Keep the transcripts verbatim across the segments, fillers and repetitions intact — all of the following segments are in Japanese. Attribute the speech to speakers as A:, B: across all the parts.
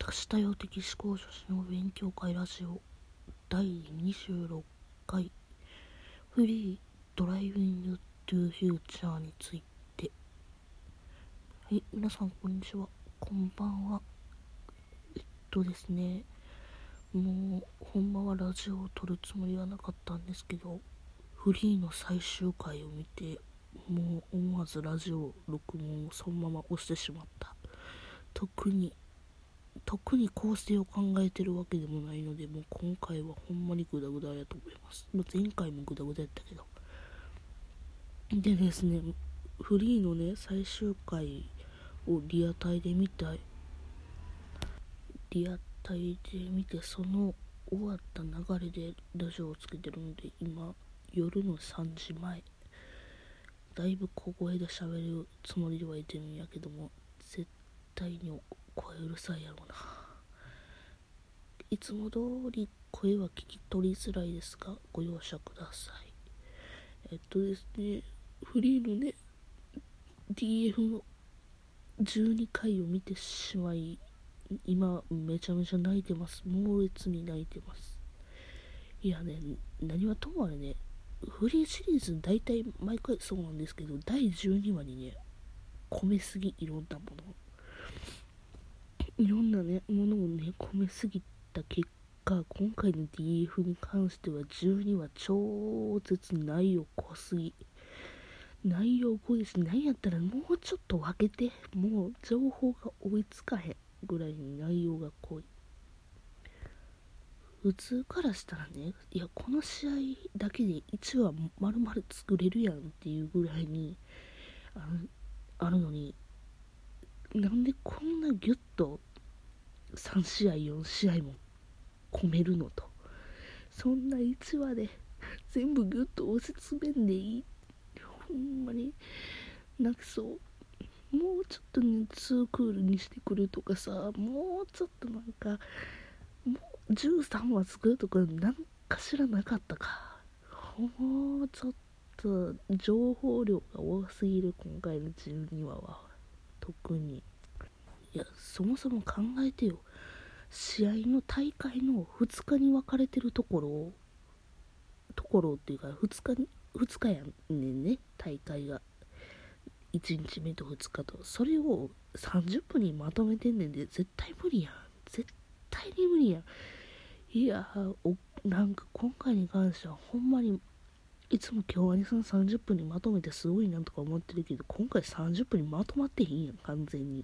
A: 多種多様的思考女子の勉強会ラジオだいにじゅうろっかいフリードライビングトゥフューチャーについて。はい、皆さんこんにちは、こんばんは。えっとですねもうほんまはラジオを撮るつもりはなかったんですけど、フリーの最終回を見てもう思わずラジオ録音をそのまま押してしまった。特に特に構成を考えてるわけでもないので、もう今回はほんまにグダグダやと思います。前回もグダグダやったけど。でですね、フリーのね最終回をリアタイで見たいリアタイで見て、その終わった流れでラジオをつけてるので、今夜のさんじまえ、だいぶ小声で喋るつもりではいてるんやけども、絶対に声うるさいやろうな。いつも通り声は聞き取りづらいですがご容赦ください。えっとですねフリーのね ディーエフ のじゅうにかいを見てしまい、今めちゃめちゃ泣いてます。猛烈に泣いてます。いやね、何はともあれね、フリーシリーズ大体毎回そうなんですけど、だいじゅうにわにね込めすぎ、いろんなものいろんなねものをね込めすぎた結果、今回の ディーエフ に関してはじゅうにわ超絶内容濃すぎ、内容濃いし、何やったらもうちょっと分けて、もう情報が追いつかへんぐらいに内容が濃い。普通からしたらね、いやこの試合だけでいちわ丸々作れるやんっていうぐらいにある、あるのに、なんでこんなギュッとさんしあいよんしあいも込めるのと、そんないちわで全部ギュッと押し詰めんでいい。ほんまに泣きそう。もうちょっとねツークールにしてくるとかさ、もうちょっとなんかもうじゅうさんわ作るとかなんかしらなかったか。もうちょっと情報量が多すぎる今回のじゅうにわは。特にいやそもそも考えてよ、試合の大会のふつかに分かれてるところところっていうかふつかにふつかやねんね、大会がいちにちめとふつかと、それをさんじゅっぷんにまとめてんねんで、絶対無理やん、絶対に無理やん。いやおなんか今回に関してはほんまに、いつも京アニさんさんじゅっぷんにまとめてすごいなとか思ってるけど、今回さんじゅっぷんにまとまってへんやん完全に。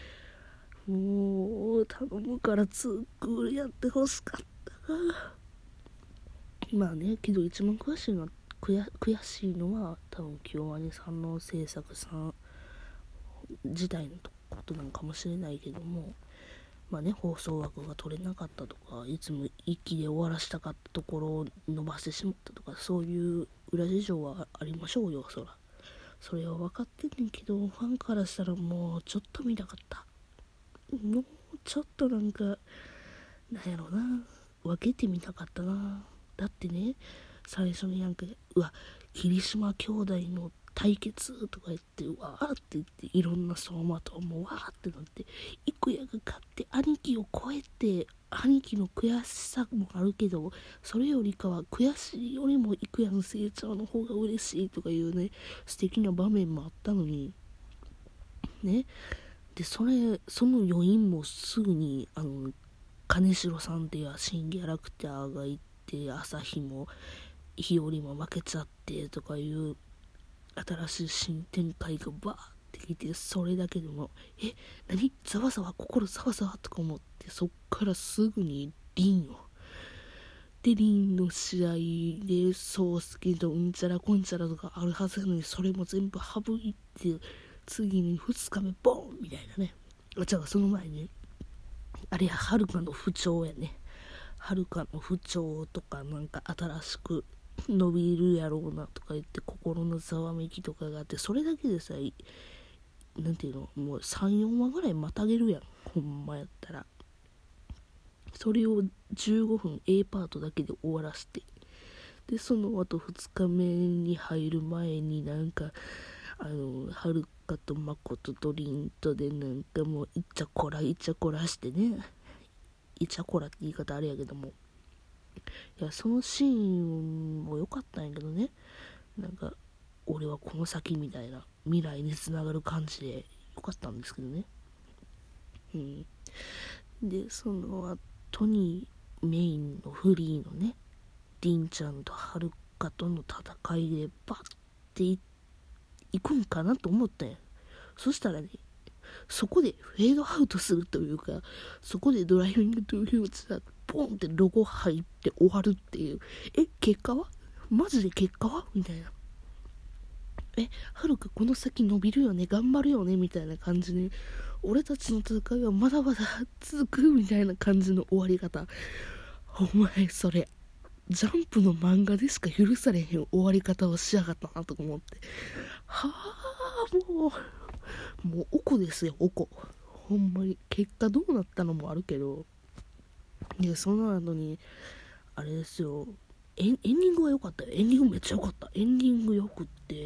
A: もう頼むからツークールやってほしかったが、まあね、けど一番詳しいのは悔, 悔しいのは多分京アニさんの制作さん自体のことなのかもしれないけども、まあね、放送枠が取れなかったとか、いつも一気で終わらしたかったところを伸ばしてしまったとか、そういう裏事情はありましょうよ。そらそれは分かってんねんけど、ファンからしたらもうちょっと見たかった。もうちょっとなんかなんやろな、分けてみたかったな。だってね、最初になんかうわ霧島兄弟の対決とか言って、わーって言って、いろんな走馬灯もわーってなって、郁也が勝って兄貴を超えて、兄貴の悔しさもあるけど、それよりかは悔しいよりも郁也の成長の方が嬉しいとかいうね、素敵な場面もあったのにね。でそれその余韻もすぐにあの金城さんっていう新キャラクターがいて、朝日も日和も負けちゃってとかいう新しい新展開がバーってきて、それだけでもえ何ざわざわ心ざわざわとか思って、そっからすぐにリンをでリンの試合で宗介とうんちゃらこんちゃらとかあるはずなのに、それも全部省いて次にふつかめボーンみたいなね。あじゃあその前にあれやはるかの不調やね。はるかの不調とか、なんか新しく伸びるやろうなとか言って心のざわめきとかがあって、それだけでさ、なんていうの、もうさん、よんわぐらいまたげるやんほんまやったら。それをじゅうごふん A パートだけで終わらせて、でその後ふつかめに入る前になんかあのはるかとまこととりんとでなんかもういっちゃこらいっちゃこらしてね、 イチャコラって言い方あれやけども、いやそのシーンも良かったんやけどね、なんか俺はこの先みたいな未来につながる感じで良かったんですけどね。うんでその後にメインのフリーのねりんちゃんとはるかとの戦いでバッて い, いくんかなと思ったんや。そしたらね、そこでフェードアウトするというか、そこでドライビングトゥーフューチャーポンってロゴ入って終わるっていう。え結果はマジで結果はみたいな。えはるかこの先伸びるよね、頑張るよねみたいな感じで、俺たちの戦いはまだまだ続くみたいな感じの終わり方。お前それジャンプの漫画でしか許されへん終わり方をしやがったなと思って、はあもうもうおこですよおこ。ほんまに結果どうなったのもあるけど、でその後にあれですよ、エン、エンディングは良かったよ。エンディングめっちゃ良かった。エンディングよくって、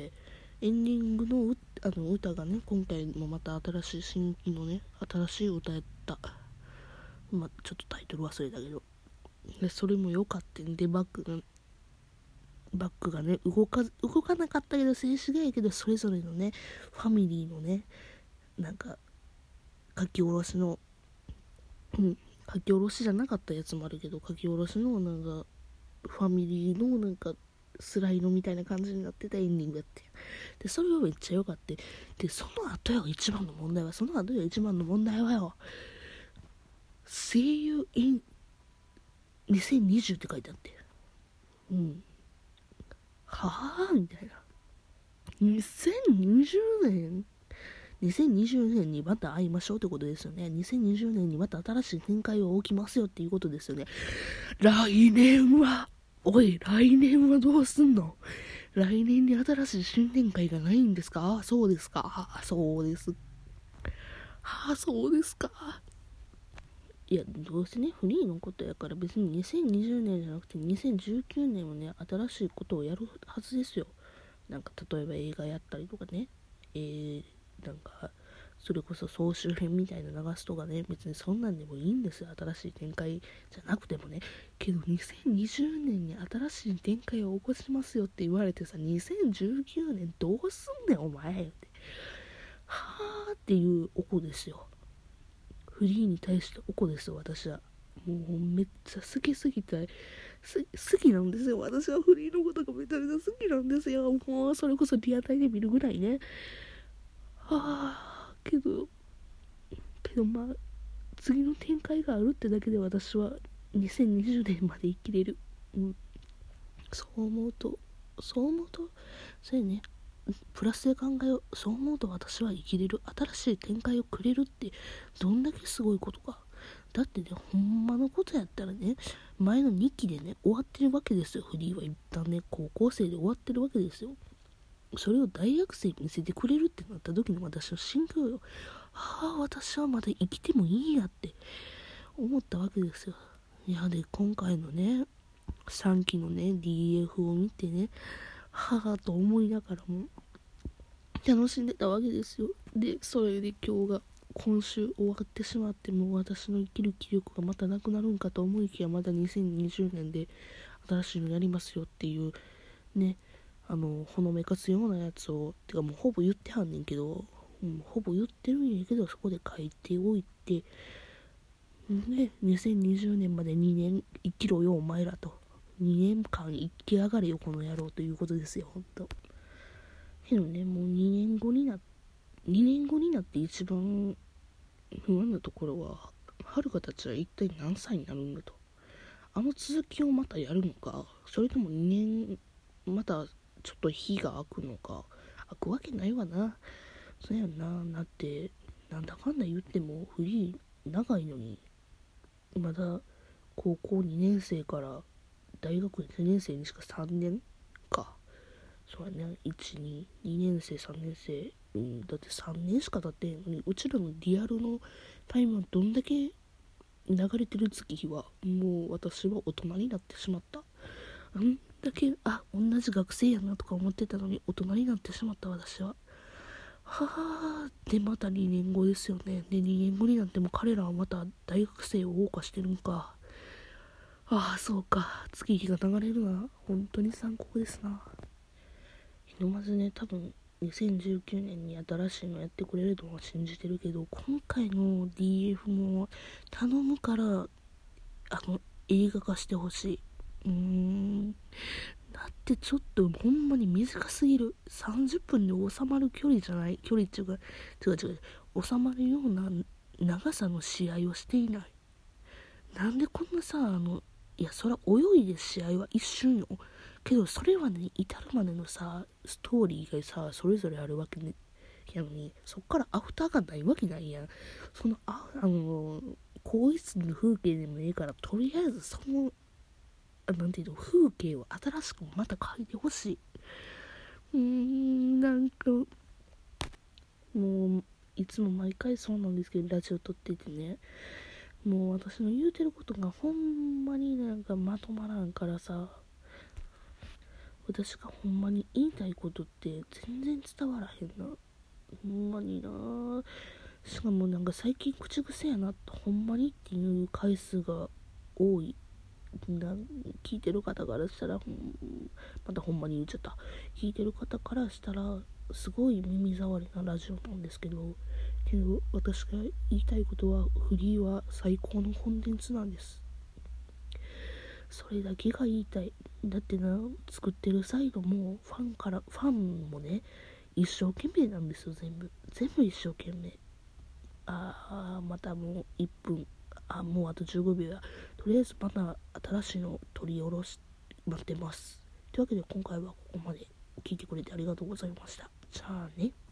A: エンディングのうあの歌がね、今回もまた新しい新規のね新しい歌やった。まちょっとタイトル忘れたけど、でそれも良かったんで、バックがバックがね動か動かなかったけど静止画やけど、それぞれのねファミリーのねなんか書き下ろしのうん書き下ろしじゃなかったやつもあるけど、書き下ろしのなんかファミリーのなんかスライドみたいな感じになってたエンディングやって、でそれはめっちゃ良かった。でその後やが一番の問題はその後や一番の問題はよ、声優 in にせんにじゅうって書いてあって、うんはぁみたいな。にせんにじゅうねんにせんにじゅうねんにまた会いましょうってことですよね。にせんにじゅうねんにまた新しい展開を起きますよっていうことですよね。来年はおい来年はどうすんの。来年に新しい新展開がないんですか。そうですか。あそうですあそうですか。いやどうせねフリーのことやから、別ににせんにじゅうねんじゃなくてにせんじゅうきゅうねんはね新しいことをやるはずですよ。なんか例えば映画やったりとかね、えー、なんかそれこそ総集編みたいな流すとかね、別にそんなんでもいいんですよ、新しい展開じゃなくてもね。けどにせんにじゅうねんに新しい展開を起こしますよって言われてさ、にせんじゅうきゅうねんどうすんねんお前ってはーっていうおこですよ。フリーに対しておこですよ私は。もうめっちゃ好きすぎて好きなんですよ。私はフリーのことがめちゃめちゃ好きなんですよ。もうそれこそリアタイで見るぐらいね。はあけどけどまあ次の展開があるってだけで私はにせんにじゅうねんまで生きれる。うんそう思うとそう思うとそうやね、プラスで考えよう。そう思うと私は生きれる。新しい展開をくれるってどんだけすごいことか。だってね、ほんまのことやったらね、前のにきでね終わってるわけですよ。フリーは一旦ね高校生で終わってるわけですよ。それを大学生に見せてくれるってなった時の私の心境よ。ああ私はまだ生きてもいいやって思ったわけですよ。いやで今回のねさんきのね ディーエフ を見てね、はぁと思いながらも楽しんでたわけですよ。でそれで今日が今週終わってしまって、もう私の生きる気力がまたなくなるんかと思いきや、まだにせんにじゅうねんで新しいのやりますよっていうね、あのほのめかすようなやつをてかもうほぼ言ってはんねんけど、うん、ほぼ言ってるんやけどそこで書いておいてね、にせんにじゅうねんまでにねん生きろよお前らと、にねんかん生き上がれよこの野郎ということですよ。ほんとけどね、もうにねんごになにねんごになって一番不安なところは、はるかたちは一体何歳になるんだと。あの続きをまたやるのか、それともにねんまたちょっと日が空くのか。空くわけないわな。そうやんな。だってなんだかんだ言ってもフリー長いのに、まだ高校にねん生から大学いちねん生にしかさんねんか。そうやね、いち、に、にねん生、さんねん生、うん、だってさんねんしか経ってんのに、うちらのリアルのタイムはどんだけ流れてる月日は、もう私は大人になってしまった。あんだけ、あ、同じ学生やなとか思ってたのに、大人になってしまった私は。 はあ、でまたにねんごですよね。でにねんごになっても彼らはまた大学生を謳歌してるんか。ああそうか、月日が流れるな。本当に残酷ですな。ひとまずね、多分にせんじゅうきゅうねんに新しいのやってくれるとは信じてるけど、今回の ディーエフ も頼むからあの映画化してほしい。うーんだってちょっとほんまに短すぎる。さんじゅっぷんで収まる距離じゃない。距離っていうか違う違う収まるような長さの試合をしていない。なんでこんなさ、あのいやそら泳いで試合は一瞬よけど、それまでに至るまでのさストーリーがさそれぞれあるわけねやのに、そっからアフターがないわけないやん。そのああの更衣室の風景でもいいから、とりあえずそのなんていうの風景を新しくまた描いてほしい。うーんなんかもういつも毎回そうなんですけど、ラジオ撮っててね、もう私の言うてることがほんまになんかまとまらんからさ、私がほんまに言いたいことって全然伝わらへんな。ほんまにな。しかもなんか最近口癖やなってほんまにっていう回数が多いな。聞いてる方からしたら、またほんまに言っちゃった。聞いてる方からしたらすごい耳障りなラジオなんですけど、けど私が言いたいことは、フリーは最高のコンテンツなんです。それだけが言いたい。だってな、作ってるサイドもファンからファンもね、一生懸命なんですよ。全部全部一生懸命。あーまたもういっぷん、あもうあとじゅうごびょうや。とりあえずまた新しいのを取り下ろし待ってます。というわけで今回はここまで聞いてくれてありがとうございました。じゃあね。